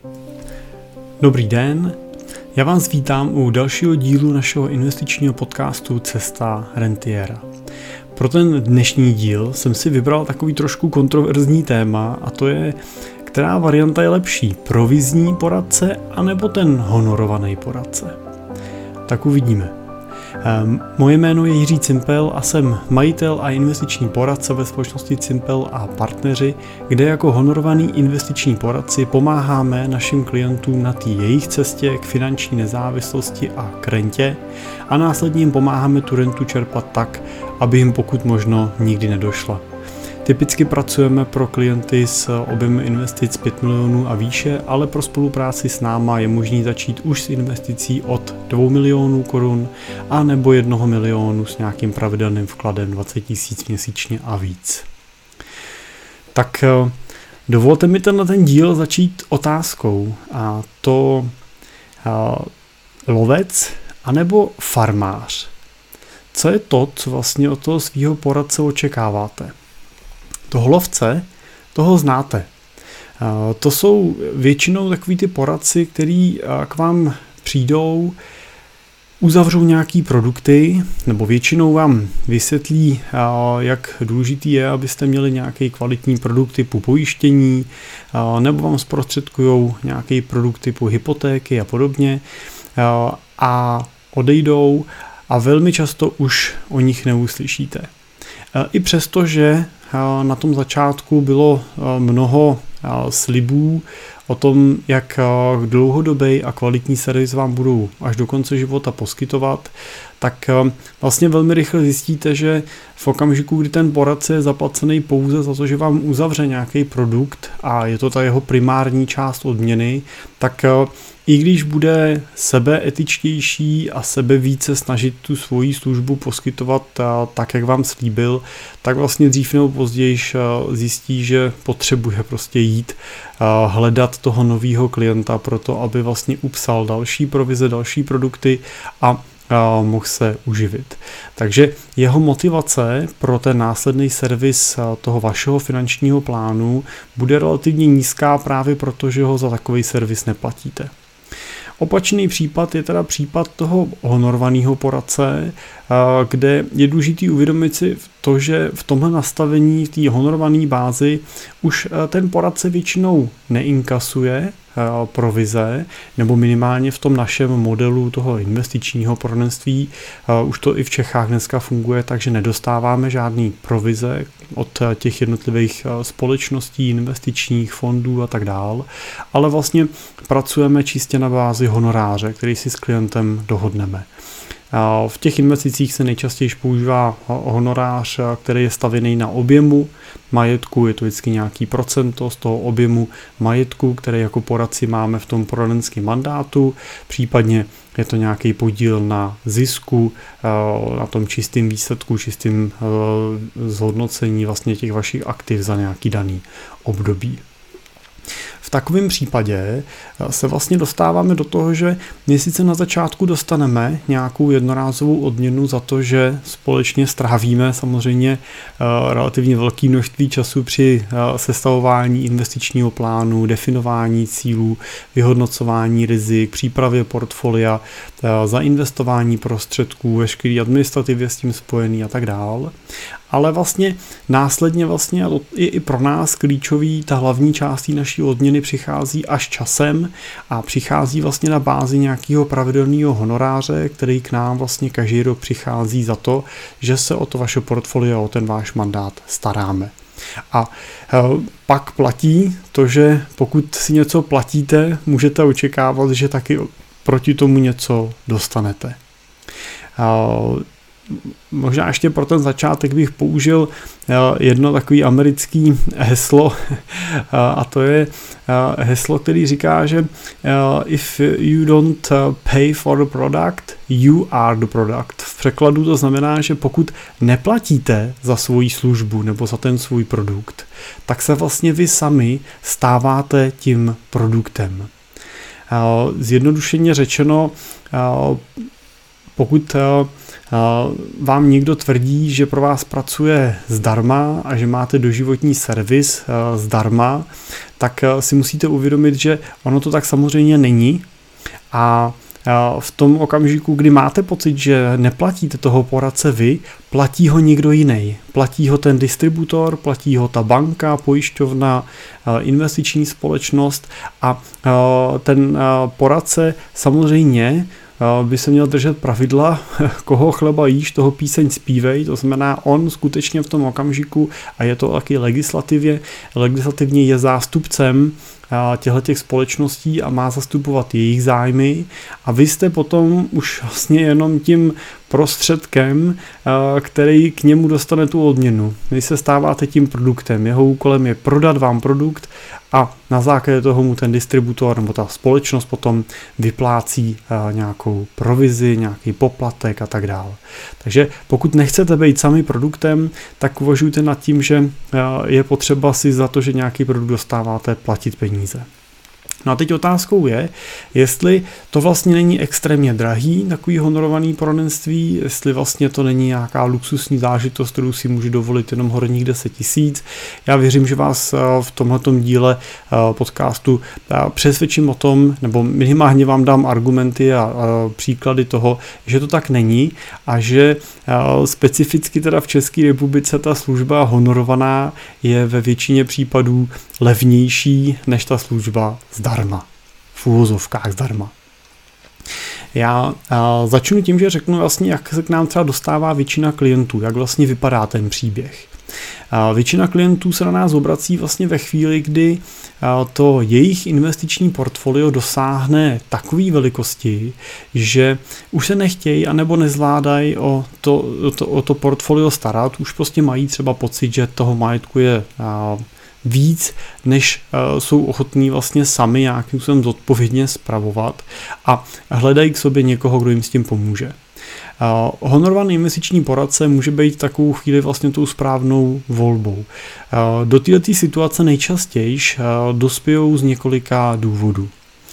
Dobrý den, já vás vítám u dalšího dílu našeho investičního podcastu Cesta rentiera. Pro ten dnešní díl jsem si vybral takový trošku kontroverzní téma a to je, která varianta je lepší, provizní poradce anebo ten honorovaný poradce. Tak uvidíme. Moje jméno je Jiří Cimpel a jsem majitel a investiční poradce ve společnosti Cimpel a partneři, kde jako honorovaný investiční poradci pomáháme našim klientům na té jejich cestě k finanční nezávislosti a k rentě a následně jim pomáháme tu rentu čerpat tak, aby jim pokud možno nikdy nedošla. Typicky pracujeme pro klienty s objemem investic 5 milionů a výše, ale pro spolupráci s náma je možný začít už s investicí od 2 milionů korun a nebo 1 milionu s nějakým pravidelným vkladem 20 000 měsíčně a víc. Tak dovolte mi ten díl začít otázkou a to lovec anebo farmář. Co je to, co vlastně od toho svého poradce očekáváte? Toho lovce, toho znáte. To jsou většinou takový ty poradci, který k vám přijdou, uzavřou nějaký produkty, nebo většinou vám vysvětlí, jak důležitý je, abyste měli nějaký kvalitní produkt typu pojištění, nebo vám zprostředkujou nějaký produkt typu hypotéky a podobně a odejdou a velmi často už o nich neuslyšíte. I přesto, že na tom začátku bylo mnoho slibů o tom, jak dlouhodobý a kvalitní servis vám budou až do konce života poskytovat, tak vlastně velmi rychle zjistíte, že v okamžiku, kdy ten poradce je zaplacený pouze za to, že vám uzavře nějaký produkt a je to ta jeho primární část odměny, tak i když bude sebeetičtější a sebe více snažit tu svoji službu poskytovat tak, jak vám slíbil, tak vlastně dřív nebo později zjistí, že potřebuje prostě jít hledat toho nového klienta pro to, aby vlastně upsal další provize, další produkty a mohl se uživit. Takže jeho motivace pro ten následný servis toho vašeho finančního plánu bude relativně nízká právě proto, že ho za takový servis neplatíte. Opačný případ je teda případ toho honorovaného poradce, kde je důležitý uvědomit si to, že v tomhle nastavení, v té honorované bázi už ten poradce většinou neinkasuje provize, nebo minimálně v tom našem modelu toho investičního poradenství. Už to i v Čechách dneska funguje, takže nedostáváme žádný provize od těch jednotlivých společností, investičních fondů a tak dál, ale vlastně pracujeme čistě na bázi honoráře, který si s klientem dohodneme. V těch investicích se nejčastěji používá honorář, který je stavěný na objemu majetku, je to vždycky nějaký procento z toho objemu majetku, který jako poradci máme v tom poradenském mandátu, případně je to nějaký podíl na zisku, na tom čistým výsledku, čistým zhodnocení vlastně těch vašich aktiv za nějaký daný období. V takovém případě se vlastně dostáváme do toho, že my sice na začátku dostaneme nějakou jednorázovou odměnu za to, že společně strávíme samozřejmě relativně velké množství času při sestavování investičního plánu, definování cílů, vyhodnocování rizik, přípravě portfolia, zainvestování prostředků, veškeré administrativě s tím spojený a tak dál. Ale vlastně následně vlastně i pro nás klíčový, ta hlavní část naší odměny přichází až časem a přichází vlastně na bázi nějakého pravidelného honoráře, který k nám vlastně každý rok přichází za to, že se o to vaše portfolio, o ten váš mandát staráme. A pak platí to, že pokud si něco platíte, můžete očekávat, že taky proti tomu něco dostanete. Možná ještě pro ten začátek bych použil jedno takové americké heslo a to je heslo, který říká, že if you don't pay for the product, you are the product. V překladu to znamená, že pokud neplatíte za svoji službu nebo za ten svůj produkt, tak se vlastně vy sami stáváte tím produktem. Zjednodušeně řečeno, pokud vám někdo tvrdí, že pro vás pracuje zdarma a že máte doživotní servis zdarma, tak si musíte uvědomit, že ono to tak samozřejmě není a v tom okamžiku, kdy máte pocit, že neplatíte toho poradce vy, platí ho někdo jiný. Platí ho ten distributor, platí ho ta banka, pojišťovna, investiční společnost a ten poradce samozřejmě by se měl držet pravidla, koho chleba jíš, toho píseň zpívej, to znamená on skutečně v tom okamžiku, a je to taky legislativně je zástupcem těch společností a má zastupovat jejich zájmy a vy jste potom už vlastně jenom tím prostředkem, který k němu dostane tu odměnu. Vy se stáváte tím produktem, jeho úkolem je prodat vám produkt a na základě toho mu ten distributor nebo ta společnost potom vyplácí nějakou provizi, nějaký poplatek a tak dále. Takže pokud nechcete být sami produktem, tak uvažujte nad tím, že je potřeba si za to, že nějaký produkt dostáváte, platit peníze. No a teď otázkou je, jestli to vlastně není extrémně drahý, takový honorovaný poradenství, jestli vlastně to není nějaká luxusní zážitost, kterou si může dovolit jenom horních 10 000. Já věřím, že vás v tomhletom díle podcastu přesvědčím o tom, nebo minimálně vám dám argumenty a příklady toho, že to tak není a že specificky teda v České republice ta služba honorovaná je ve většině případů levnější než ta služba zdarma. V úvozovkách zdarma. Já začnu tím, že řeknu vlastně, jak se k nám třeba dostává většina klientů, jak vlastně vypadá ten příběh. Většina klientů se na nás obrací vlastně ve chvíli, kdy to jejich investiční portfolio dosáhne takové velikosti, že už se nechtějí anebo nezvládají o to portfolio starat, už prostě mají třeba pocit, že toho majetku je víc, než jsou ochotní vlastně sami nějakým způsobem zodpovědně spravovat a hledají k sobě někoho, kdo jim s tím pomůže. Honorovaný investiční poradce může být takovou chvíli vlastně tou správnou volbou. Do této situace nejčastěji dospějou z několika důvodů.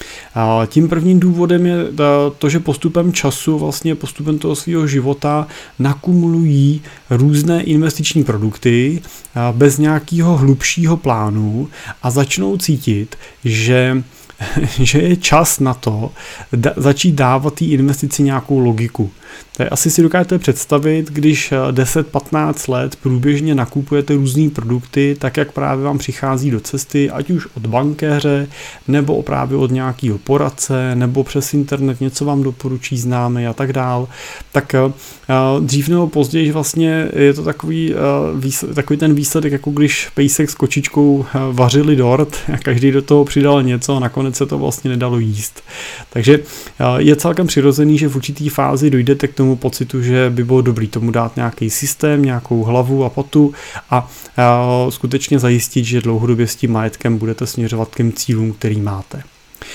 Tím prvním důvodem je to, že postupem času, vlastně postupem toho svého života nakumulují různé investiční produkty bez nějakého hlubšího plánu a začnou cítit, že je čas na to začít dávat té investici nějakou logiku. Asi si dokážete představit, když 10-15 let průběžně nakupujete různý produkty, tak jak právě vám přichází do cesty, ať už od bankéře, nebo právě od nějakého poradce, nebo přes internet něco vám doporučí známý a tak dál, tak dřív nebo později vlastně je to takový ten výsledek, jako když pejsek s kočičkou vařili dort a každý do toho přidal něco a nakonec se to vlastně nedalo jíst. Takže je celkem přirozený, že v určitý fázi dojdete k tomu pocitu, že by bylo dobrý tomu dát nějaký systém, nějakou hlavu a patu a skutečně zajistit, že dlouhodobě s tím majetkem budete směřovat k těm cílům, který máte.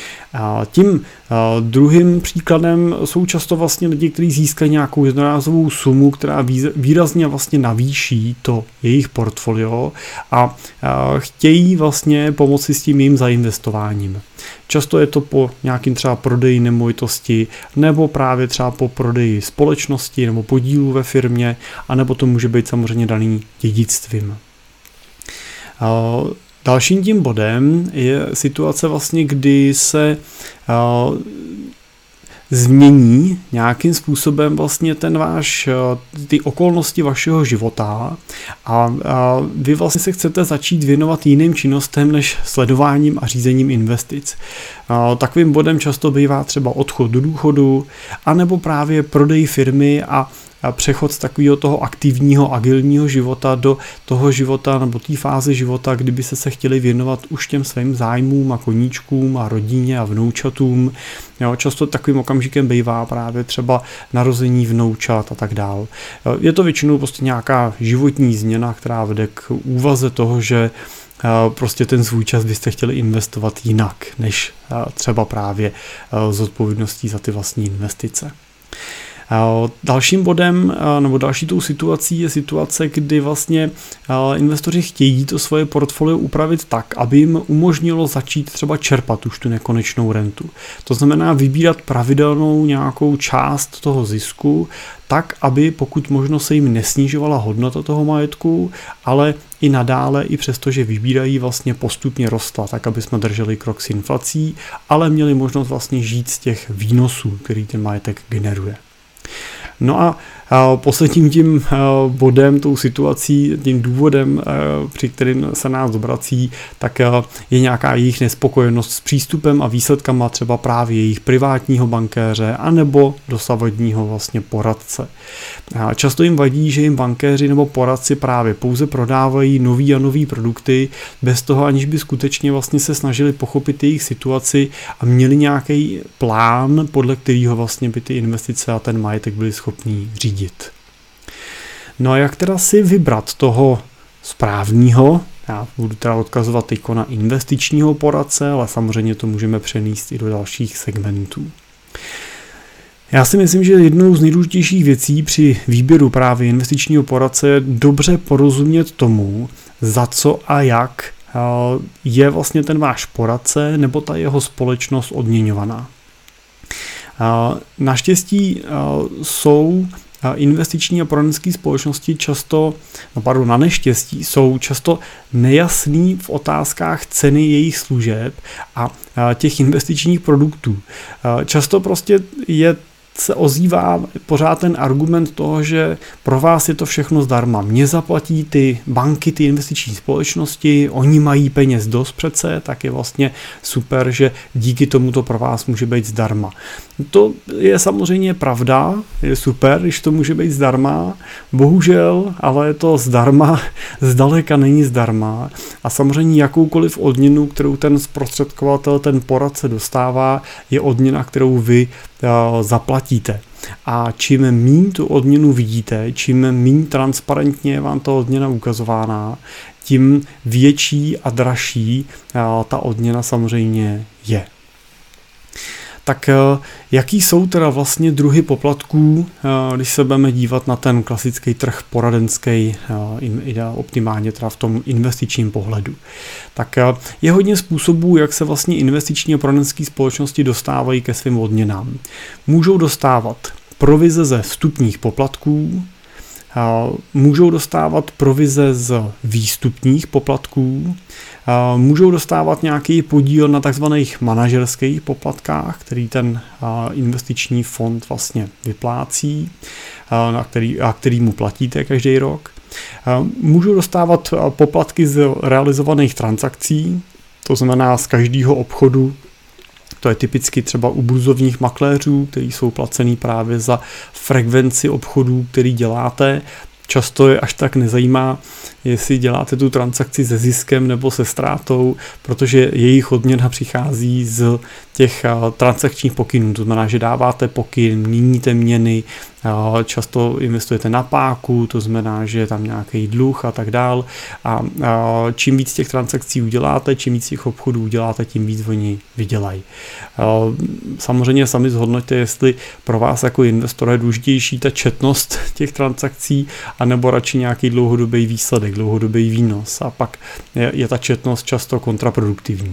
Tím druhým příkladem jsou často vlastně lidi, kteří získají nějakou jednorázovou sumu, která výrazně vlastně navýší to jejich portfolio a chtějí vlastně pomoci s tím jejím zainvestováním. Často je to po nějakým třeba prodeji nemovitosti nebo právě třeba po prodeji společnosti nebo podílu ve firmě, anebo to může být samozřejmě daný dědictvím. Dalším tím bodem je situace vlastně, kdy se změní nějakým způsobem vlastně ty okolnosti vašeho života a vy vlastně se chcete začít věnovat jiným činnostem než sledováním a řízením investic. Takovým bodem často bývá třeba odchod do důchodu anebo právě prodej firmy a přechod z takového toho aktivního, agilního života do toho života nebo té fáze života, kdyby se chtěli věnovat už těm svým zájmům a koníčkům a rodině a vnoučatům. Často takovým okamžikem bývá právě třeba narození vnoučat a tak dál. Je to většinou prostě nějaká životní změna, která vede k úvaze toho, že prostě ten svůj čas byste chtěli investovat jinak, než třeba právě z odpovědností za ty vlastní investice. Dalším bodem nebo další tou situací je situace, kdy vlastně investoři chtějí to svoje portfolio upravit tak, aby jim umožnilo začít třeba čerpat už tu nekonečnou rentu. To znamená vybírat pravidelnou nějakou část toho zisku, tak, aby pokud možno se jim nesnižovala hodnota toho majetku, ale i nadále, i přesto, že vybírají, vlastně postupně rostla, tak, aby jsme drželi krok s inflací, ale měli možnost vlastně žít z těch výnosů, který ten majetek generuje. No a posledním tím bodem, tou situací, tím důvodem, při kterým se nás obrací, tak je nějaká jejich nespokojenost s přístupem a výsledkama třeba právě jejich privátního bankéře anebo dosavadního vlastně poradce. Často jim vadí, že jim bankéři nebo poradci právě pouze prodávají nový a nový produkty bez toho, aniž by skutečně vlastně se snažili pochopit jejich situaci a měli nějaký plán, podle kterého vlastně by ty investice a ten majetek byli schopní řídit. No a jak teda si vybrat toho správného? Já budu teda odkazovat teď na investičního poradce, ale samozřejmě to můžeme přenést i do dalších segmentů. Já si myslím, že jednou z nejdůležitějších věcí při výběru právě investičního poradce je dobře porozumět tomu, za co a jak je vlastně ten váš poradce nebo ta jeho společnost odměňovaná. Naštěstí jsou investiční a poradenské společnosti na neštěstí jsou často nejasný v otázkách ceny jejich služeb a těch investičních produktů. Často prostě se ozývá pořád ten argument toho, že pro vás je to všechno zdarma. Mě zaplatí ty banky, ty investiční společnosti, oni mají peněz dost přece, tak je vlastně super, že díky tomu to pro vás může být zdarma. To je samozřejmě pravda, je super, když to může být zdarma, bohužel, ale to zdarma zdaleka není zdarma a samozřejmě jakoukoliv odměnu, kterou ten zprostředkovatel, ten poradce dostává, je odměna, kterou vy zaplatíte. A čím míň tu odměnu vidíte, čím míň transparentně je vám ta odměna ukazována, tím větší a dražší ta odměna samozřejmě je. Tak jaký jsou teda vlastně druhy poplatků, když se budeme dívat na ten klasický trh poradenský, optimálně teda v tom investičním pohledu? Tak je hodně způsobů, jak se vlastně investiční a poradenské společnosti dostávají ke svým odměnám. Můžou dostávat provize ze vstupních poplatků, můžou dostávat provize z výstupních poplatků, můžou dostávat nějaký podíl na takzvaných manažerských poplatkách, který ten investiční fond vlastně vyplácí, který mu platíte každý rok. Můžou dostávat poplatky z realizovaných transakcí, to znamená z každého obchodu. To je typicky třeba u burzovních makléřů, kteří jsou placený právě za frekvenci obchodů, který děláte. Často je až tak nezajímá, jestli děláte tu transakci se ziskem nebo se ztrátou, protože jejich odměna přichází z těch transakčních pokynů. To znamená, že dáváte pokyn, měníte měny, často investujete na páku, to znamená, že je tam nějaký dluh a tak dál. A čím víc těch transakcí uděláte, čím víc těch obchodů uděláte, tím víc oni vydělají. Samozřejmě sami zhodnoťte, jestli pro vás jako investora je důležitější ta četnost těch transakcí, anebo radši nějaký dlouhodobý výsledek, dlouhodobý výnos. A pak je ta četnost často kontraproduktivní.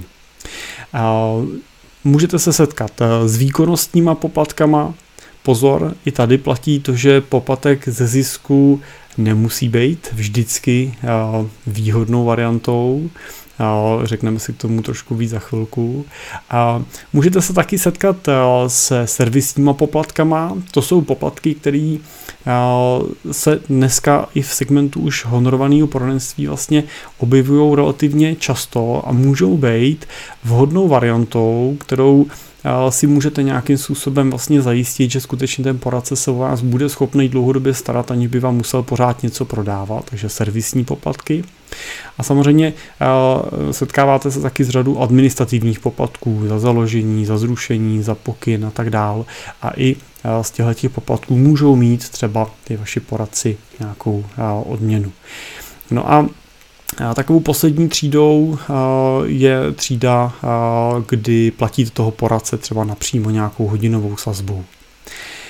Můžete se setkat s výkonnostníma poplatkama. Pozor, i tady platí to, že poplatek ze zisku nemusí být vždycky výhodnou variantou. Řekneme si k tomu trošku víc za chvilku. Můžete se taky setkat se servisníma poplatkama. To jsou poplatky, které se dneska i v segmentu už honorovaného poradenství vlastně objevují relativně často a můžou být vhodnou variantou, kterou si můžete nějakým způsobem vlastně zajistit, že skutečně ten poradce se o vás bude schopný dlouhodobě starat, aniž by vám musel pořád něco prodávat, takže servisní poplatky. A samozřejmě setkáváte se taky s řadou administrativních poplatků za založení, za zrušení, za pokyn a tak dál. A i z těchto poplatků můžou mít třeba ty vaši poradci nějakou odměnu. No a takovou poslední třídou je třída, kdy platíte toho poradce třeba napřímo nějakou hodinovou sazbou.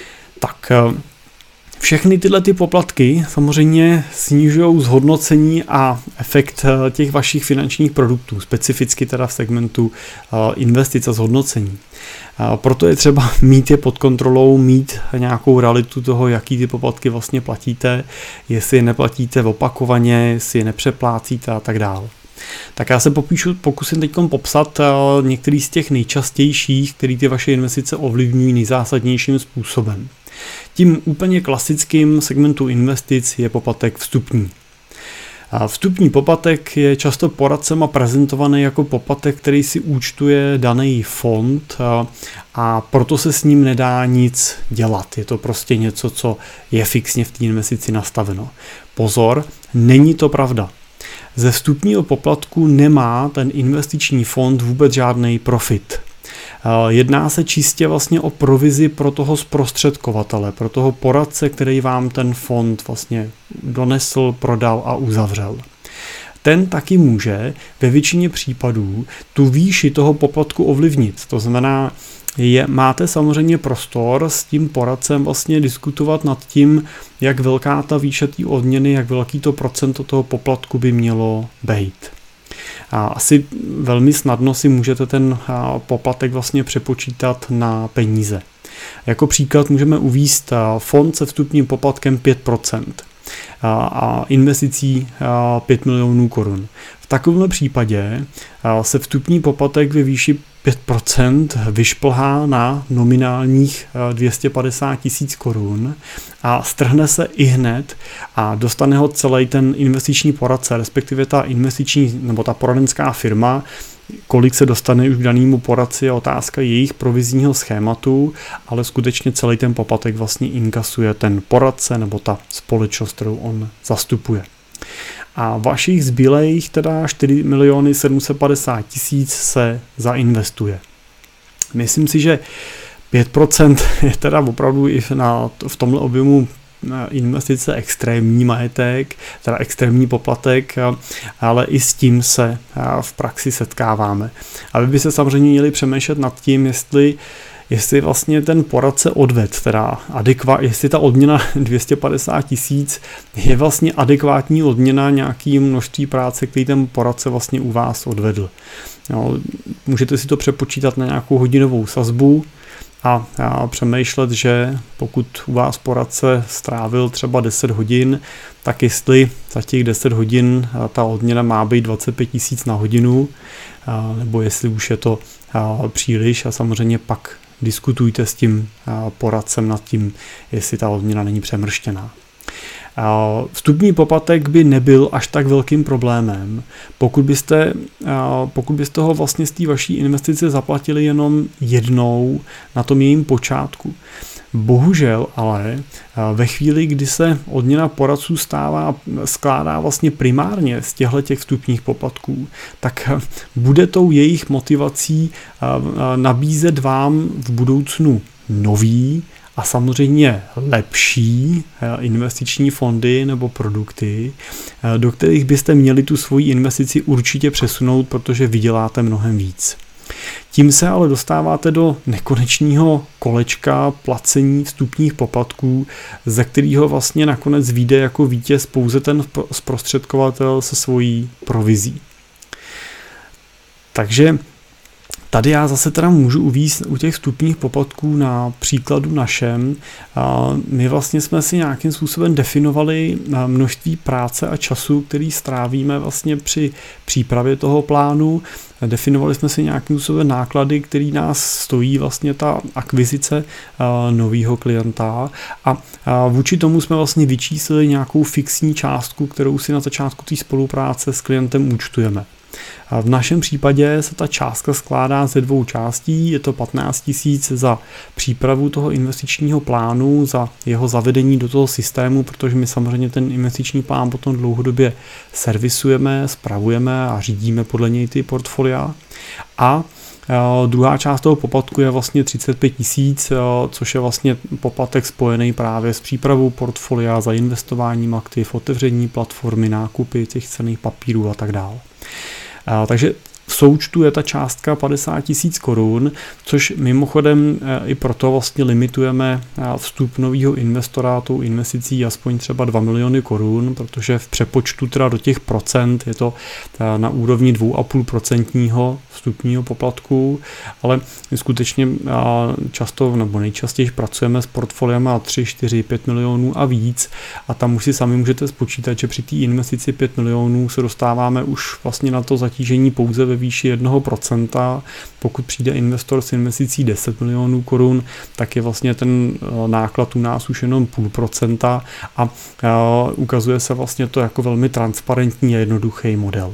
Tak, všechny tyhle ty poplatky samozřejmě snižují zhodnocení a efekt těch vašich finančních produktů, specificky teda v segmentu investic a zhodnocení. Proto je třeba mít je pod kontrolou, mít nějakou realitu toho, jaký ty poplatky vlastně platíte, jestli je neplatíte opakovaně, jestli je nepřeplácíte a tak dále. Tak já se pokusím teď popsat některý z těch nejčastějších, který ty vaše investice ovlivňují nejzásadnějším způsobem. Tím úplně klasickým segmentu investic je poplatek vstupní. Vstupní poplatek je často poradcema prezentovaný jako poplatek, který si účtuje daný fond a proto se s ním nedá nic dělat. Je to prostě něco, co je fixně v té investici nastaveno. Pozor, není to pravda. Ze vstupního poplatku nemá ten investiční fond vůbec žádný profit. Jedná se čistě vlastně o provizi pro toho zprostředkovatele, pro toho poradce, který vám ten fond vlastně donesl, prodal a uzavřel. Ten taky může ve většině případů tu výši toho poplatku ovlivnit. To znamená, máte samozřejmě prostor s tím poradcem vlastně diskutovat nad tím, jak velká ta výše té odměny, jak velký to procento toho poplatku by mělo být. A asi velmi snadno si můžete ten poplatek vlastně přepočítat na peníze. Jako příklad můžeme uvést fond se vstupním poplatkem 5% a investicí 5 milionů korun. V takovém případě se vstupní poplatek ve výši 5% vyšplhá na nominálních 250 000 korun a strhne se ihned a dostane ho celý ten investiční poradce, respektive ta investiční nebo ta poradenská firma. Kolik se dostane už k danému poradci je otázka jejich provizního schématu, ale skutečně celý ten poplatek vlastně inkasuje ten poradce nebo ta společnost, kterou on zastupuje. A vašich zbylejch teda 4 750 000 se zainvestuje. Myslím si, že 5% je teda opravdu i v tomhle objemu investice extrémní majetek, teda extrémní poplatek, ale i s tím se v praxi setkáváme. A vy by se samozřejmě měli přemýšlet nad tím, jestli vlastně ten poradce odved, teda jestli ta odměna 250 000 je vlastně adekvátní odměna nějaký množství práce, který ten poradce vlastně u vás odvedl. No, můžete si to přepočítat na nějakou hodinovou sazbu a přemýšlet, že pokud u vás poradce strávil třeba 10 hodin, tak jestli za těch 10 hodin ta odměna má být 25 000 na hodinu, nebo jestli už je to příliš a samozřejmě pak diskutujte s tím poradcem nad tím, jestli ta odměna není přemrštěná. Vstupní poplatek by nebyl až tak velkým problémem, pokud byste ho vlastně z té vaší investice zaplatili jenom jednou na tom jejím počátku. Bohužel ale ve chvíli, kdy se odměna poradců skládá vlastně primárně z těch vstupních poplatků, tak bude tou jejich motivací nabízet vám v budoucnu nový a samozřejmě lepší investiční fondy nebo produkty, do kterých byste měli tu svoji investici určitě přesunout, protože vyděláte mnohem víc. Tím se ale dostáváte do nekonečného kolečka placení vstupních poplatků, ze kterého vlastně nakonec vyjde jako vítěz pouze ten zprostředkovatel se svojí provizí. Takže tady já zase teda můžu uvést u těch vstupních poplatků na příkladu našem. My vlastně jsme si nějakým způsobem definovali množství práce a času, který strávíme vlastně při přípravě toho plánu. Definovali jsme si nějakým způsobem náklady, který nás stojí vlastně ta akvizice nového klienta a vůči tomu jsme vlastně vyčíslili nějakou fixní částku, kterou si na začátku té spolupráce s klientem účtujeme. V našem případě se ta částka skládá ze dvou částí, je to 15 000 za přípravu toho investičního plánu, za jeho zavedení do toho systému, protože my samozřejmě ten investiční plán potom dlouhodobě servisujeme, spravujeme a řídíme podle něj ty portfolia. A druhá část toho poplatku je vlastně 35 000, což je vlastně poplatek spojený právě s přípravou portfolia, za investováním aktiv, otevření platformy, nákupy těch cenných papírů a tak dále. Takže V součtu je ta částka 50 000 korun, což mimochodem i proto vlastně limitujeme vstup nového investora tou investicí aspoň třeba 2 miliony korun, protože v přepočtu teda do těch procent je to na úrovni 2,5% vstupního poplatku, ale skutečně často nebo nejčastěji pracujeme s portfoliama 3, 4, 5 milionů a víc a tam už si sami můžete spočítat, že při té investici 5 milionů se dostáváme už vlastně na to zatížení pouze ve výši 1%. Pokud přijde investor s investicí 10 milionů korun, tak je vlastně ten náklad u nás už jenom 0,5% a ukazuje se vlastně to jako velmi transparentní a jednoduchý model.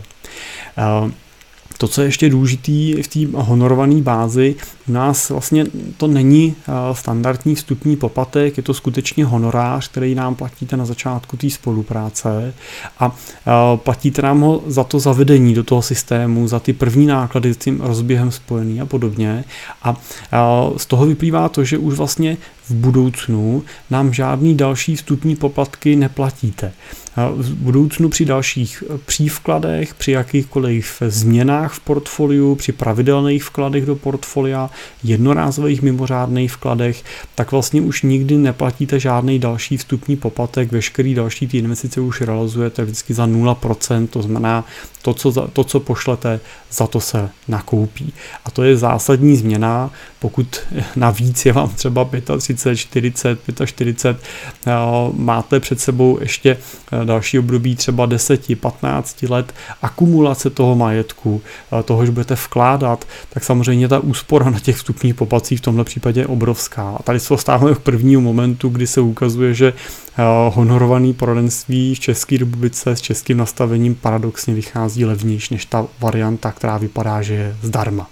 To, co je ještě důležitý v té honorované bázi, u nás vlastně to není standardní vstupní poplatek, je to skutečně honorář, který nám platíte na začátku té spolupráce a platíte nám ho za to zavedení do toho systému, za ty první náklady s tím rozběhem spojený a podobně. A z toho vyplývá to, že už vlastně v budoucnu nám žádný další vstupní poplatky neplatíte. V budoucnu při dalších přívkladech, při jakýchkoliv změnách v portfoliu, při pravidelných vkladech do portfolia, jednorázových mimořádných vkladech, tak vlastně už nikdy neplatíte žádný další vstupní poplatek, veškerý další ty investice už realizujete vždycky za 0%, to znamená to, co pošlete, za to se nakoupí. A to je zásadní změna, pokud navíc je vám třeba 35, 40, 45, máte před sebou ještě další období třeba 10, 15 let akumulace toho majetku, toho, že budete vkládat, tak samozřejmě ta úspora na těch vstupních poplatcích v tomhle případě je obrovská. A tady se dostáváme k prvnímu momentu, kdy se ukazuje, že honorované poradenství v České republice s českým nastavením paradoxně vychází levnější než ta varianta, která vypadá, že je zdarma.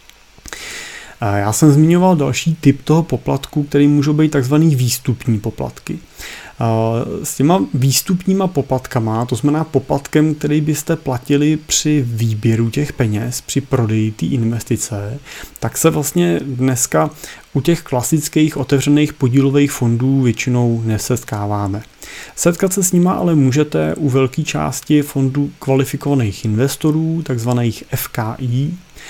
Já jsem zmiňoval další typ toho poplatku, který můžou být takzvaný výstupní poplatky. S těma výstupníma poplatkama, to znamená poplatkem, který byste platili při výběru těch peněz, při prodeji té investice, tak se vlastně dneska u těch klasických otevřených podílových fondů většinou nesetkáváme. Setkat se s nima ale můžete u velké části fondů kvalifikovaných investorů, takzvaných FKI,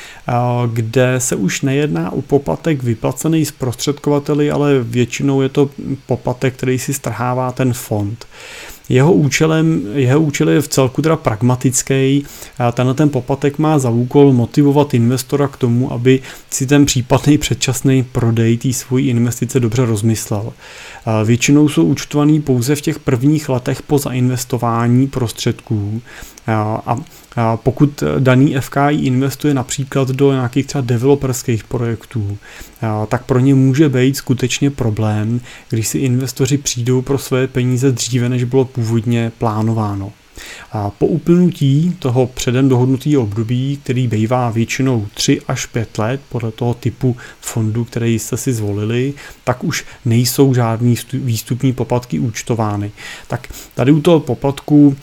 kde se už nejedná o poplatek vyplacený zprostředkovateli, ale většinou je to poplatek, který si strhává ten fond. Jeho účel je v celku teda pragmatický. Ten poplatek má za úkol motivovat investora k tomu, aby si ten případný předčasný prodej té svojí investice dobře rozmyslel. Většinou jsou účtovaný pouze v těch prvních letech po zainvestování prostředků a pokud daný FKI investuje například do nějakých třeba developerských projektů, tak pro ně může být skutečně problém, když si investoři přijdou pro své peníze dříve, než bylo původně plánováno. A po uplynutí toho předem dohodnutého období, který bývá většinou 3 až 5 let podle toho typu fondu, který jste si zvolili, tak už nejsou žádný výstupní poplatky účtovány. Tak tady u toho poplatku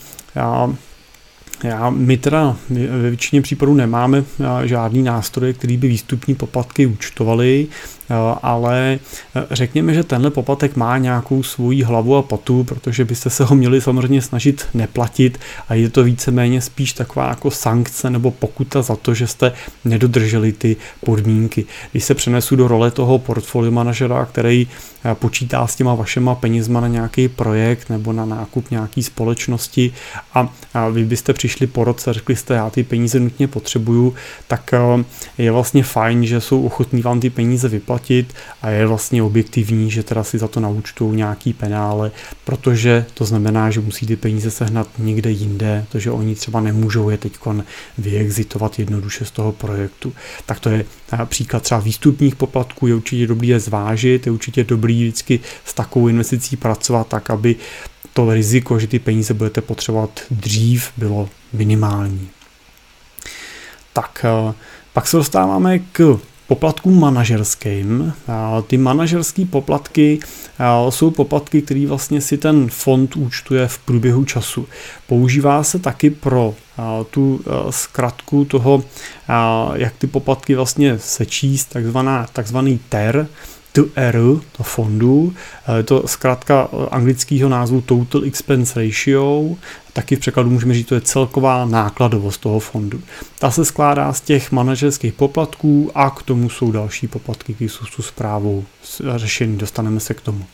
my teda ve většině případů nemáme žádný nástroje, který by výstupní poplatky účtovaly, ale řekněme, že tenhle poplatek má nějakou svoji hlavu a patu, protože byste se ho měli samozřejmě snažit neplatit a je to víceméně spíš taková jako sankce nebo pokuta za to, že jste nedodrželi ty podmínky. Když se přenesu do role toho portfolio manažera, který počítá s těma vašema penězma na nějaký projekt nebo na nákup nějaký společnosti a vy byste přišli po roce a řekli jste, já ty peníze nutně potřebuju, tak je vlastně fajn, že jsou ochotní vám ty peníze vyplatit a je vlastně objektivní, že teda si za to naúčtují nějaký penále, protože to znamená, že musí ty peníze sehnat někde jinde, protože oni třeba nemůžou je teďkon vyexitovat jednoduše z toho projektu. Tak to je příklad třeba výstupních poplatků, je určitě dobrý je zvážit, je určitě dobrý vždycky s takovou investicí pracovat tak, aby to riziko, že ty peníze budete potřebovat dřív, bylo minimální. Tak, pak se dostáváme k poplatkům manažerským. Ty manažerské poplatky jsou poplatky, které vlastně si ten fond účtuje v průběhu času. Používá se taky pro tu zkratku toho, jak ty poplatky vlastně sečíst, takzvaný TER, TR, to fondu, je to zkrátka anglického názvu Total Expense Ratio, taky v překladu můžeme říct, to je celková nákladovost toho fondu. Ta se skládá z těch manažerských poplatků a k tomu jsou další poplatky, které jsou s tu správou řešený, dostaneme se k tomu.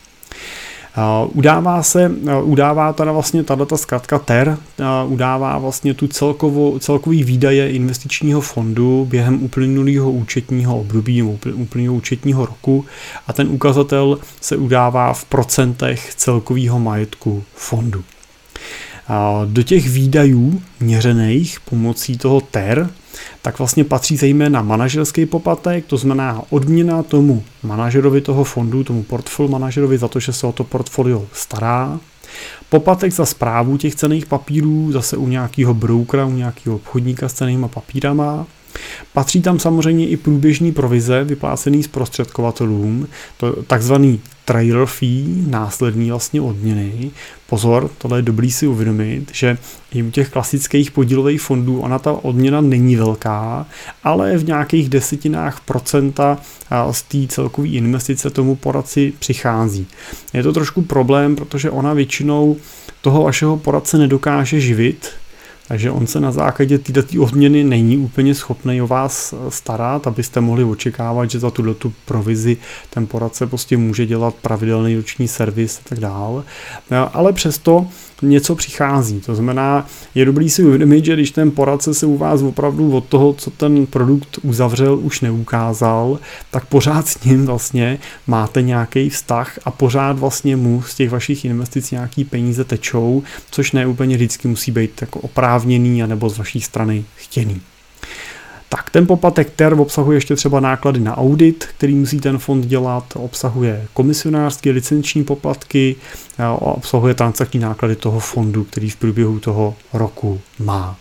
Udává teda vlastně tato zkratka TER, udává vlastně tu celkový výdaje investičního fondu během uplynulého účetního období, uplynulého účetního roku a ten ukazatel se udává v procentech celkového majetku fondu. Do těch výdajů měřených pomocí toho TER tak vlastně patří zejména manažerský poplatek, to znamená odměna tomu manažerovi toho fondu, tomu portfolio manažerovi za to, že se o to portfolio stará, poplatek za správu těch cenných papírů, zase u nějakého brokera, u nějakého obchodníka s cennýma papírama. Patří tam samozřejmě i průběžný provize vyplácený zprostředkovatelům, to takzvaný trailer fee, následný vlastně odměny. Pozor, tohle je dobrý si uvědomit, že i u těch klasických podílových fondů ona ta odměna není velká, ale v nějakých desetinách procenta z té celkové investice tomu poradci přichází. Je to trošku problém, protože ona většinou toho vašeho poradce nedokáže živit, takže on se na základě této odměny není úplně schopný o vás starat, abyste mohli očekávat, že za tu provizi ten poradce prostě může dělat pravidelný roční servis a tak dál. Ale přesto něco přichází. To znamená, je dobrý si uvědomit, že když ten poradce se u vás opravdu od toho, co ten produkt uzavřel, už neukázal, tak pořád s ním vlastně máte nějaký vztah a pořád vlastně mu z těch vašich investic nějaký peníze tečou, což ne úplně vždycky musí být jako oprávněný anebo z vaší strany chtěný. Tak ten poplatek TER obsahuje ještě třeba náklady na audit, který musí ten fond dělat, obsahuje komisionářské licenční poplatky, obsahuje transakční náklady toho fondu, který v průběhu toho roku má.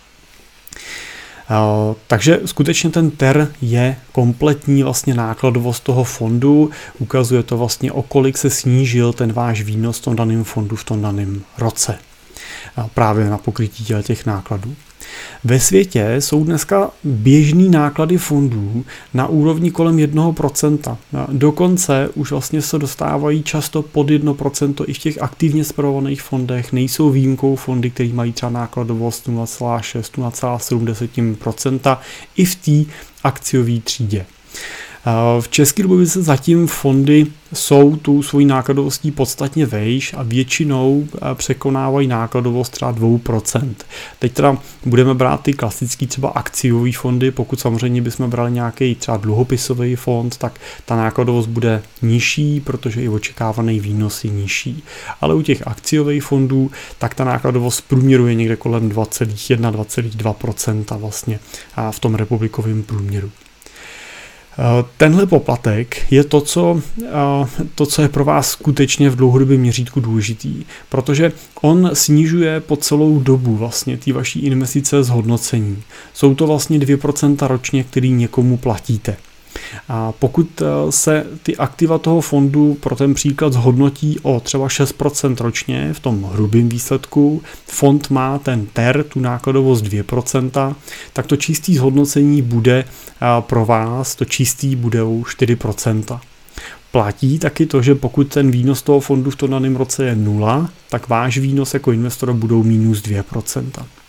Takže skutečně ten TER je kompletní vlastně nákladovost toho fondu, ukazuje to vlastně, o kolik se snížil ten váš výnos v tom daném fondu v tom daném roce. Právě na pokrytí těch nákladů. Ve světě jsou dneska běžný náklady fondů na úrovni kolem 1%. Dokonce už vlastně se dostávají často pod 1% i v těch aktivně spravovaných fondech. Nejsou výjimkou fondy, které mají třeba nákladovost 0,6, 0,7% i v té akciové třídě. V České republice zatím fondy jsou tu svojí nákladovostí podstatně vejš a většinou překonávají nákladovost třeba 2%. Teď teda budeme brát ty klasický třeba akciový fondy, pokud samozřejmě bychom brali nějaký třeba dluhopisový fond, tak ta nákladovost bude nižší, protože i očekávaný výnos je nižší. Ale u těch akciových fondů, tak ta nákladovost průměruje někde kolem 2,1-2,2% vlastně v tom republikovém průměru. Tenhle poplatek je to, co je pro vás skutečně v dlouhodobém měřítku důležitý, protože on snižuje po celou dobu vlastně ty vaší investice zhodnocení. Jsou to vlastně 2% ročně, který někomu platíte. A pokud se ty aktiva toho fondu pro ten příklad zhodnotí o třeba 6% ročně v tom hrubém výsledku, fond má ten TER, tu nákladovost 2%, tak to čistý zhodnocení bude pro vás, to čistý budou 4%. Platí taky to, že pokud ten výnos toho fondu v tom daném roce je 0, tak váš výnos jako investora budou minus 2%.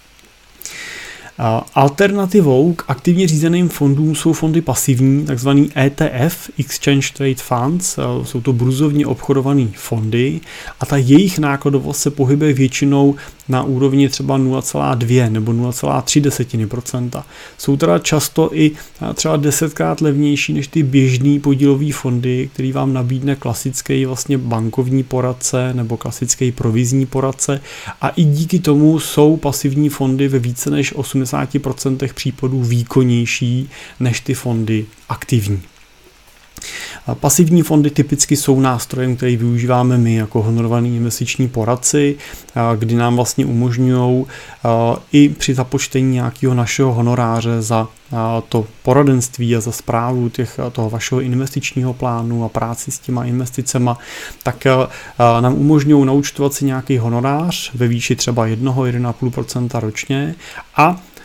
Alternativou k aktivně řízeným fondům jsou fondy pasivní, takzvaný ETF, Exchange Trade Funds, jsou to burzovně obchodované fondy a ta jejich nákladovost se pohybuje většinou na úrovni třeba 0,2 nebo 0,3%. Jsou teda často i třeba 10krát levnější než ty běžný podílový fondy, který vám nabídne klasický vlastně bankovní poradce nebo klasický provizní poradce a i díky tomu jsou pasivní fondy ve více než 80% případů výkonnější než ty fondy aktivní. Pasivní fondy typicky jsou nástrojem, který využíváme my jako honorovaní investiční poradci, kdy nám vlastně umožňují i při započtení nějakého našeho honoráře za to poradenství a za správu toho vašeho investičního plánu a práci s těma investicema, tak nám umožňují naúčtovat si nějaký honorář ve výši třeba 1-1,5% ročně a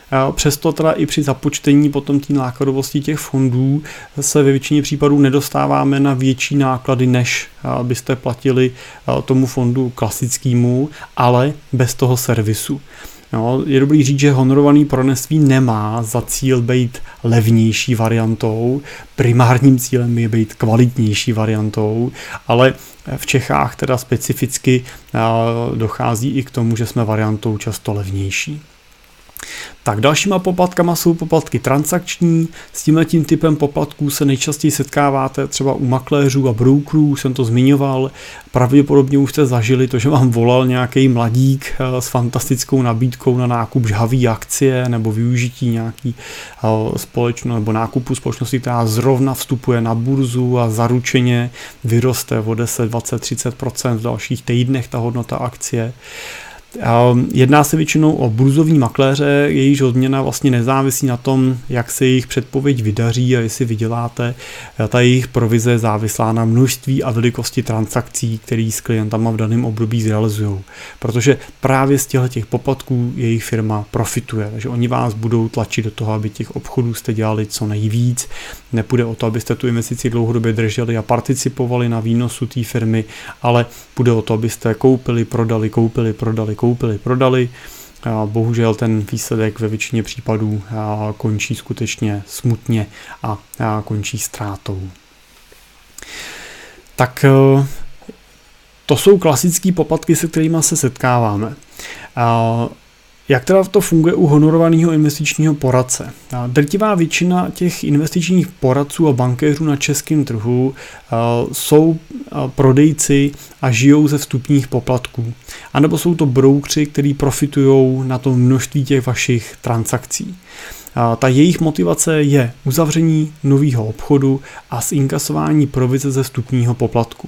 přesto teda i při započtení potom té nákladovosti těch fondů se ve většině případů nedostáváme na větší náklady, než byste platili tomu fondu klasickému, ale bez toho servisu. No, je dobrý říct, že honorovaný poradenství nemá za cíl být levnější variantou, primárním cílem je být kvalitnější variantou, ale v Čechách teda specificky dochází i k tomu, že jsme variantou často levnější. Tak dalšíma poplatkama jsou poplatky transakční. S tímhletím typem poplatků se nejčastěji setkáváte třeba u makléřů a brokerů, už jsem to zmiňoval. Pravděpodobně už jste zažili to, že vám volal nějaký mladík s fantastickou nabídkou na nákup žhaví akcie nebo využití nějaký společnosti nebo nákupu společnosti, která zrovna vstupuje na burzu a zaručeně vyroste o 10, 20, 30% v dalších týdnech ta hodnota akcie. Jedná se většinou o burzovní makléře, jejichž odměna vlastně nezávisí na tom, jak se jejich předpověď vydaří a jestli vyděláte. Ta jejich provize je závislá na množství a velikosti transakcí, které s klientama v daném období zrealizují. Protože právě z těch poplatků jejich firma profituje. Takže oni vás budou tlačit do toho, aby těch obchodů jste dělali co nejvíc. Nepůjde o to, abyste tu investici dlouhodobě drželi a participovali na výnosu té firmy, ale půjde o to, abyste koupili, prodali. Bohužel ten výsledek ve většině případů končí skutečně smutně a končí ztrátou. Tak to jsou klasické poplatky, se kterými se setkáváme. Jak teda to funguje u honorovaného investičního poradce? Drtivá většina těch investičních poradců a bankéřů na českém trhu jsou prodejci a žijou ze vstupních poplatků. A nebo jsou to broukři, kteří profitují na tom množství těch vašich transakcí. Ta jejich motivace je uzavření nového obchodu a zinkasování provize ze vstupního poplatku.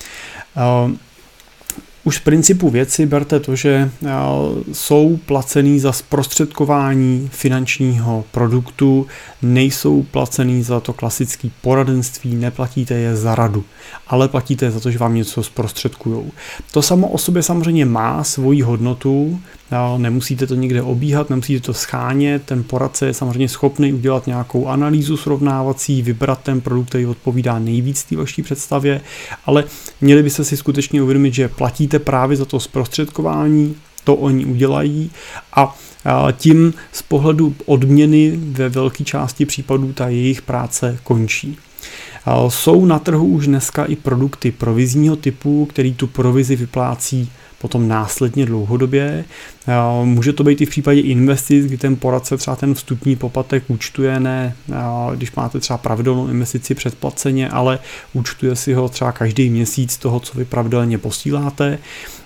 Už z principu věci berte to, že jsou placený za zprostředkování finančního produktu, nejsou placený za to klasické poradenství, neplatíte je za radu, ale platíte za to, že vám něco zprostředkujou. To samo o sobě samozřejmě má svoji hodnotu, nemusíte to někde obíhat, nemusíte to schánět, ten poradce je samozřejmě schopný udělat nějakou analýzu srovnávací, vybrat ten produkt, který odpovídá nejvíc té vaší představě, ale měli byste si skutečně uvědomit, že platíte právě za to zprostředkování, to oni udělají a tím z pohledu odměny ve velké části případů ta jejich práce končí. Jsou na trhu už dneska i produkty provizního typu, který tu provizi vyplácí potom následně dlouhodobě. Může to být i v případě investic, kdy ten poradce třeba ten vstupní poplatek účtuje, ne když máte třeba pravidelnou investici předplaceně, ale účtuje si ho třeba každý měsíc toho, co vy pravidelně posíláte.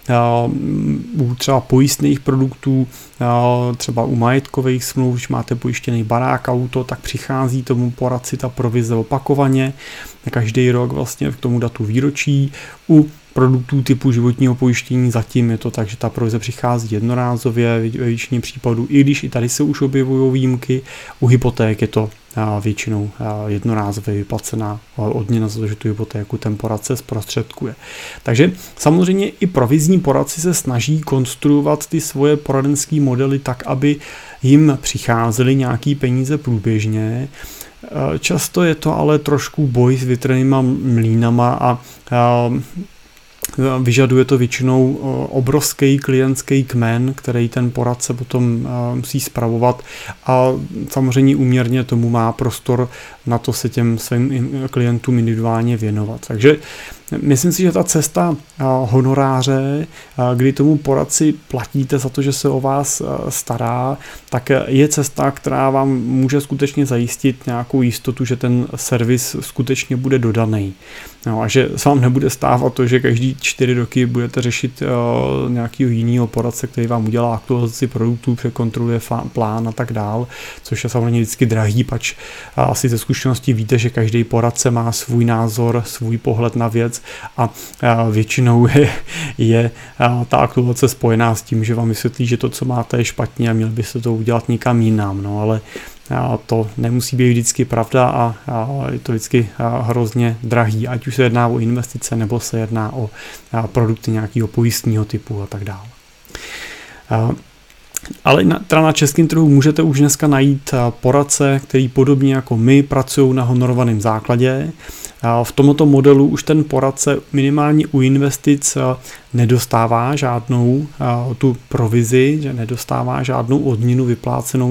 U třeba pojistných produktů, třeba u majetkových smluv, když máte pojištěný barák, auto, tak přichází tomu poradci ta provize opakovaně, každý rok vlastně k tomu datu výročí. U produktů typu životního pojištění zatím je to tak, že ta provize přichází jednorázově ve většině případů, i když i tady se už objevují výjimky. U hypoték je to většinou jednorázově vyplacená odměna za to, že tu hypotéku ten poradce zprostředkuje. Takže samozřejmě i provizní poradci se snaží konstruovat ty svoje poradenské modely tak, aby jim přicházely nějaký peníze průběžně. Často je to ale trošku boj s větrnýma mlýnama a vyžaduje to většinou obrovský klientský kmen, který ten poradce potom musí spravovat a samozřejmě úměrně tomu má prostor na to se těm svým klientům individuálně věnovat. Takže myslím si, že ta cesta honoráře, kdy tomu poradci platíte za to, že se o vás stará, tak je cesta, která vám může skutečně zajistit nějakou jistotu, že ten servis skutečně bude dodaný. No, a že se vám nebude stávat to, že každý 4 roky budete řešit nějakého jiného poradce, který vám udělá aktualizaci produktů, překontroluje plán a tak dál, což je samozřejmě vždycky drahý, pač asi ze zkušenosti víte, že každý poradce má svůj názor, svůj pohled na věc a většinou je ta aktualizace spojená s tím, že vám vysvětlí, že to, co máte, je špatně a měl byste to udělat někam jinam. No, ale to nemusí být vždycky pravda a je to vždycky hrozně drahý, ať už se jedná o investice nebo se jedná o produkty nějakého pojistního typu a tak dále. Ale na českém trhu můžete už dneska najít poradce, který podobně jako my pracují na honorovaném základě. V tomto modelu už ten poradce minimálně u investic nedostává žádnou tu provizi, že nedostává žádnou odměnu vyplácenou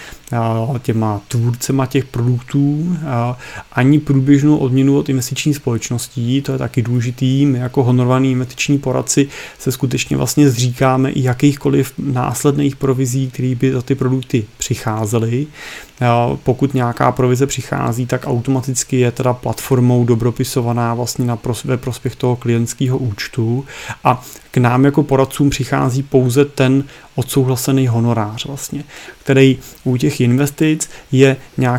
těma tvůrcema těch produktů, ani průběžnou odměnu od investiční společností. To je taky důležitý. My jako honorovaní investiční poradci se skutečně vlastně zříkáme i jakýchkoliv následných provizí, které by za ty produkty přicházely. Pokud nějaká provize přichází, tak automaticky je teda platformou dobropisovaná vlastně ve prospěch toho klientského účtu a k nám jako poradcům přichází pouze ten odsouhlasený honorář vlastně, který u těch investic je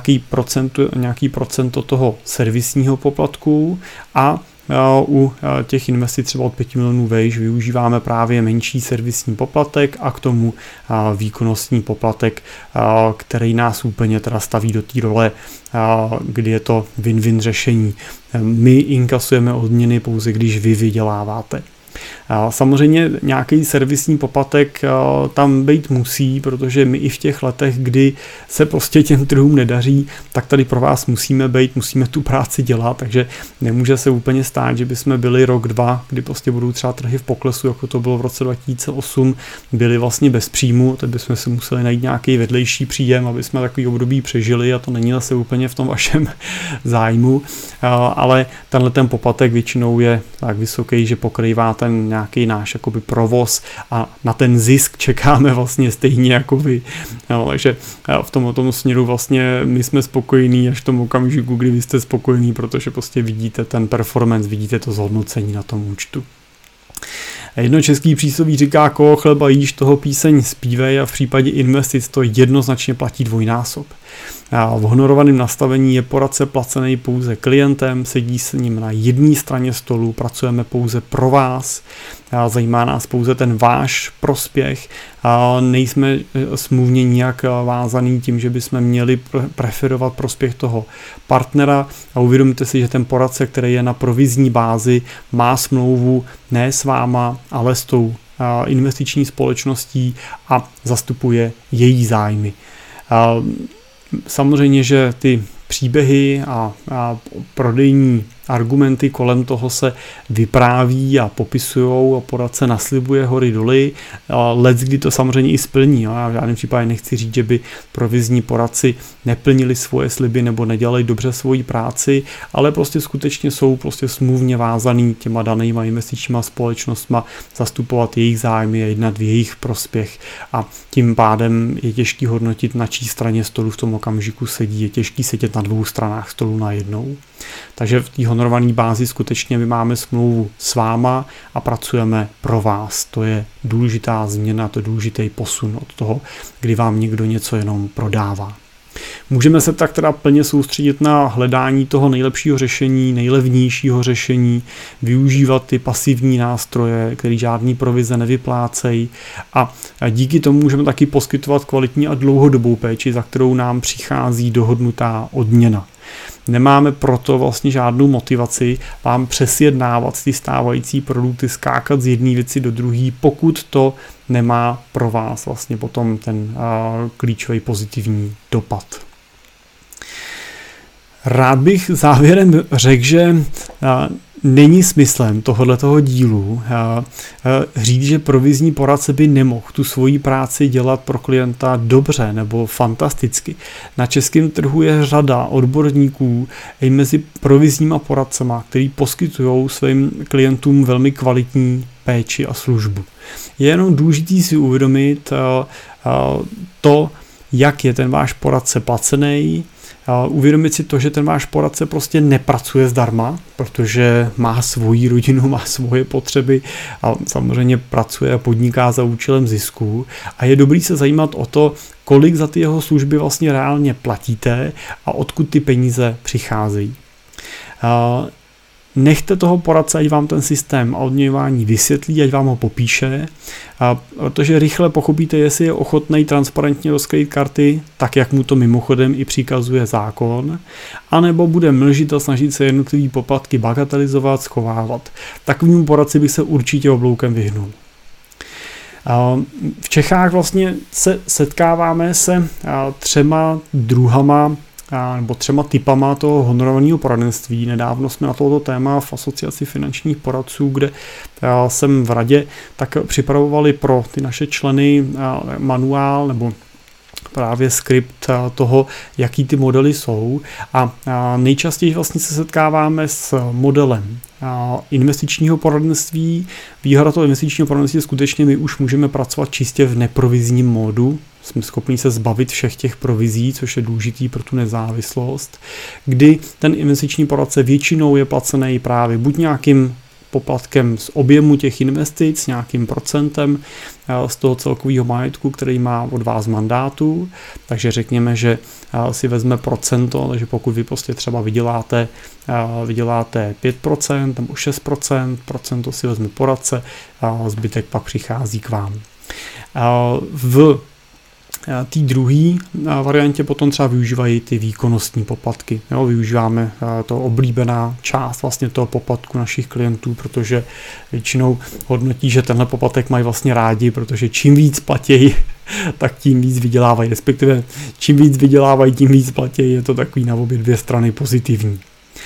nějaký procento toho servisního poplatku a u těch investic třeba od 5 milionů vejš využíváme právě menší servisní poplatek a k tomu výkonnostní poplatek, který nás úplně teda staví do té role, kdy je to win-win řešení. My inkasujeme odměny pouze, když vy vyděláváte. Samozřejmě nějaký servisní poplatek tam být musí, protože my i v těch letech, kdy se prostě těm trhům nedaří, tak tady pro vás musíme tu práci dělat, takže nemůže se úplně stát, že bychom byli rok, dva, kdy prostě budou třeba trhy v poklesu, jako to bylo v roce 2008, byli vlastně bez příjmu, teď bychom si museli najít nějaký vedlejší příjem, aby jsme takový období přežili a to není zase úplně v tom vašem zájmu, ale tenhle ten poplatek většinou je tak vysoký, že pokrývá ten nějaký náš jakoby provoz a na ten zisk čekáme vlastně stejně jako vy. No, takže v tom směru vlastně my jsme spokojení až v tom okamžiku, kdy vy jste spokojení, protože prostě vidíte ten performance, vidíte to zhodnocení na tom účtu. Jedno český přísloví říká, koho chleba jíš, toho píseň zpívej a v případě investic to jednoznačně platí dvojnásob. V honorovaném nastavení je poradce placený pouze klientem, sedí s ním na jedné straně stolu, pracujeme pouze pro vás, zajímá nás pouze ten váš prospěch, nejsme smluvně nijak vázaný tím, že bychom měli preferovat prospěch toho partnera a uvědomte si, že ten poradce, který je na provizní bázi, má smlouvu ne s váma, ale s tou investiční společností a zastupuje její zájmy. Samozřejmě, že ty příběhy a prodejní argumenty kolem toho se vypráví a popisujou a poradce naslibuje hory doly. Leckdy to samozřejmě i splní. Já v žádném případě nechci říct, že by provizní poradci neplnili svoje sliby nebo nedělali dobře svoji práci, ale prostě skutečně jsou prostě smluvně vázaný těma danýma investičníma společnostma zastupovat jejich zájmy a jednat v jejich prospěch a tím pádem je těžký hodnotit, na čí straně stolu v tom okamžiku sedí. Je těžký sedět na dvou stranách stolu najednou. Takže v té honorované bázi skutečně my máme smlouvu s váma a pracujeme pro vás. To je důležitá změna, to je důležitý posun od toho, kdy vám někdo něco jenom prodává. Můžeme se tak teda plně soustředit na hledání toho nejlepšího řešení, nejlevnějšího řešení, využívat ty pasivní nástroje, které žádný provize nevyplácejí a díky tomu můžeme taky poskytovat kvalitní a dlouhodobou péči, za kterou nám přichází dohodnutá odměna. Nemáme proto vlastně žádnou motivaci vám přesjednávat ty stávající produkty, skákat z jedné věci do druhé, pokud to nemá pro vás vlastně potom ten klíčový pozitivní dopad. Rád bych závěrem řekl, že není smyslem tohoto dílu říct, že provizní poradce by nemohl tu svoji práci dělat pro klienta dobře nebo fantasticky. Na českém trhu je řada odborníků i mezi provizníma poradcema, který poskytují svým klientům velmi kvalitní péči a službu. Je jenom důležité si uvědomit to, jak je ten váš poradce placený, uvědomit si to, že ten váš poradce prostě nepracuje zdarma, protože má svoji rodinu, má svoje potřeby a samozřejmě pracuje a podniká za účelem zisku a je dobrý se zajímat o to, kolik za ty jeho služby vlastně reálně platíte a odkud ty peníze přicházejí. Nechte toho poradce, ať vám ten systém a odměňování vysvětlí, ať vám ho popíše, protože rychle pochopíte, jestli je ochotný transparentně rozkrýt karty, tak jak mu to mimochodem i přikazuje zákon, anebo bude mlžit a snažit se jednotlivý poplatky bagatelizovat, schovávat. Takovému poradci bych se určitě obloukem vyhnul. V Čechách vlastně se setkáváme se třema druhama nebo třema typama toho honorovaného poradenství. Nedávno jsme na toto téma v Asociaci finančních poradců, kde jsem v radě, tak připravovali pro ty naše členy manuál nebo právě skript toho, jaký ty modely jsou a nejčastěji vlastně se setkáváme s modelem investičního poradenství. Výhoda toho investičního poradenství je skutečně, my už můžeme pracovat čistě v neprovizním módu. Jsme schopni se zbavit všech těch provizí, což je důležitý pro tu nezávislost, kdy ten investiční poradce většinou je placený právě buď nějakým poplatkem z objemu těch investic, nějakým procentem z toho celkového majetku, který má od vás mandátu. Takže řekněme, že si vezme procento, takže pokud vy prostě třeba vyděláte 5% nebo 6%, procento si vezme poradce a zbytek pak přichází k vám. V té druhé variantě potom třeba využívají ty výkonnostní poplatky. Jo, využíváme to oblíbená část vlastně toho poplatku našich klientů, protože většinou hodnotí, že tenhle poplatek mají vlastně rádi, protože čím víc platí, tak tím víc vydělávají. Respektive čím víc vydělávají, tím víc platí. Je to takový na obě dvě strany pozitivní.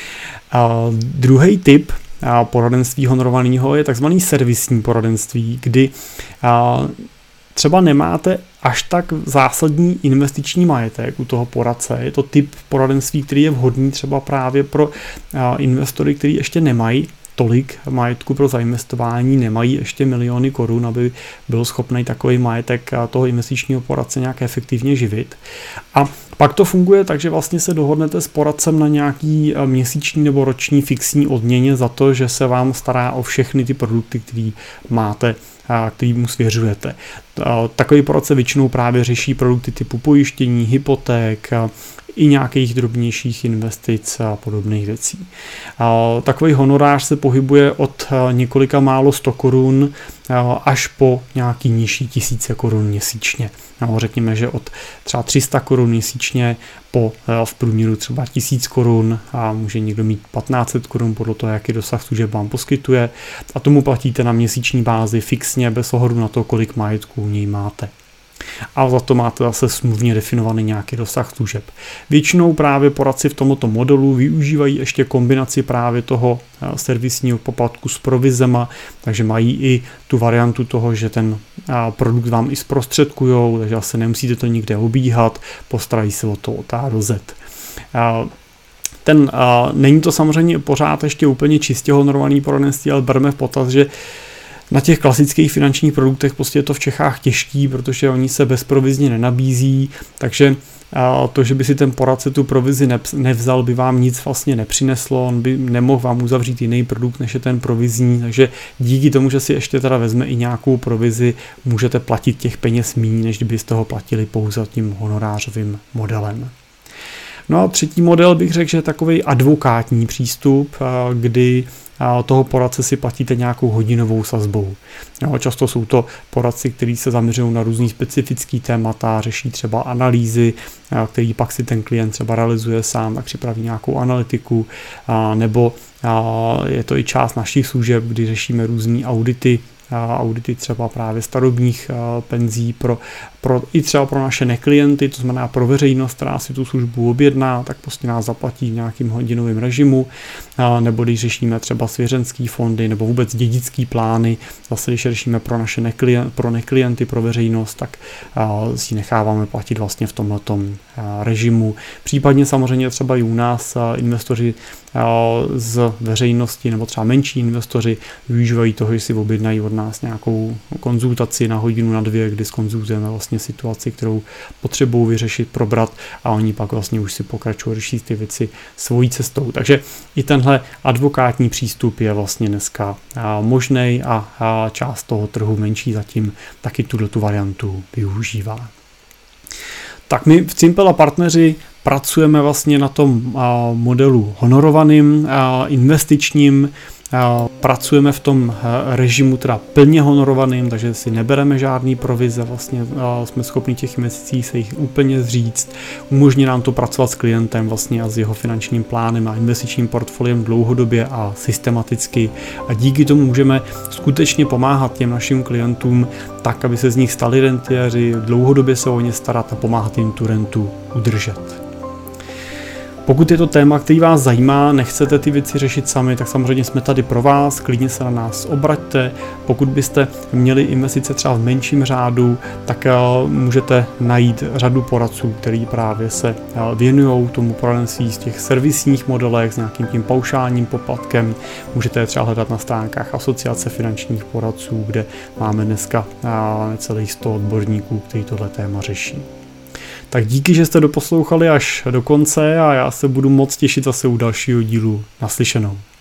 Druhý typ poradenství honorovaného je takzvaný servisní poradenství, kdy třeba nemáte až tak zásadní investiční majetek u toho poradce. Je to typ poradenství, který je vhodný třeba právě pro investory, kteří ještě nemají tolik majetku pro zainvestování, nemají ještě miliony korun, aby byl schopný takový majetek toho investičního poradce nějak efektivně živit. A pak to funguje tak, že vlastně se dohodnete s poradcem na nějaký měsíční nebo roční fixní odměně za to, že se vám stará o všechny ty produkty, které máte, který mu svěřujete. Takový poradce většinou právě řeší produkty typu pojištění, hypoték, i nějakých drobnějších investic a podobných věcí. Takový honorář se pohybuje od několika málo 100 korun až po nějaký nižší tisíce korun měsíčně. Řekněme, že od třeba 300 korun měsíčně po v průměru třeba 1000 korun a může někdo mít 1500 korun podle toho, jaký dosah služeb vám poskytuje a tomu platíte na měsíční bázi fixně bez ohledu na to, kolik majetku u něj máte. A za to máte zase smluvně definovaný nějaký dosah služeb. Většinou právě poradci v tomto modelu využívají ještě kombinaci právě toho servisního poplatku s provizema, takže mají i tu variantu toho, že ten produkt vám i zprostředkujou, takže zase nemusíte to nikde obíhat, postarají se o to od A do Z. Není to samozřejmě pořád ještě úplně čistě honorovaný poradenství, ale bereme v potaz, že na těch klasických finančních produktech prostě je to v Čechách těžký, protože oni se bezprovizně nenabízí, takže to, že by si ten poradce tu provizi nevzal, by vám nic vlastně nepřineslo, on by nemohl vám uzavřít jiný produkt, než je ten provizní, takže díky tomu, že si ještě teda vezme i nějakou provizi, můžete platit těch peněz míň, než kdybyste ho platili pouze tím honorářovým modelem. No a třetí model bych řekl, že je takový advokátní přístup, kdy toho poradce si platíte nějakou hodinovou sazbou. Často jsou to poradci, kteří se zaměřují na různý specifický témata, řeší třeba analýzy, který pak si ten klient třeba realizuje sám, tak připraví nějakou analytiku, nebo je to i část našich služeb, kdy řešíme různý audity třeba právě starobních penzí i třeba pro naše neklienty, to znamená pro veřejnost, která si tu službu objedná, tak prostě nás zaplatí v nějakým hodinovém režimu, nebo když řešíme třeba svěřenský fondy nebo vůbec dědický plány, zase když řešíme pro neklienty, pro veřejnost, tak si necháváme platit vlastně v tomhletom režimu. Případně samozřejmě třeba i u nás investoři z veřejnosti nebo třeba menší investoři využívají toho, že si objednají od nás nějakou konzultaci na hodinu, na dvě, kdy zkonzultujeme vlastně situaci, kterou potřebují vyřešit, probrat a oni pak vlastně už si pokračují řešit ty věci svojí cestou. Takže i tenhle advokátní přístup je vlastně dneska možný a část toho trhu menší zatím taky tu variantu využívá. Tak my v Cimpel a partneři pracujeme vlastně na tom modelu honorovaným, investičním, pracujeme v tom režimu teda plně honorovaným, takže si nebereme žádný provize, vlastně jsme schopni těch investic se jich úplně zříct. Umožní nám to pracovat s klientem vlastně a s jeho finančním plánem a investičním portfoliem dlouhodobě a systematicky a díky tomu můžeme skutečně pomáhat těm našim klientům tak, aby se z nich stali rentiéři, dlouhodobě se o ně starat a pomáhat jim tu rentu udržet. Pokud je to téma, který vás zajímá, nechcete ty věci řešit sami, tak samozřejmě jsme tady pro vás, klidně se na nás obraťte. Pokud byste měli investice třeba v menším řádu, tak můžete najít řadu poradců, který právě se věnují tomu poradenství z těch servisních modelech s nějakým tím paušálním poplatkem. Můžete je třeba hledat na stránkách Asociace finančních poradců, kde máme dneska necelých 100 odborníků, kteří tohle téma řeší. Tak díky, že jste doposlouchali až do konce a já se budu moc těšit zase u dalšího dílu. Naslyšenou.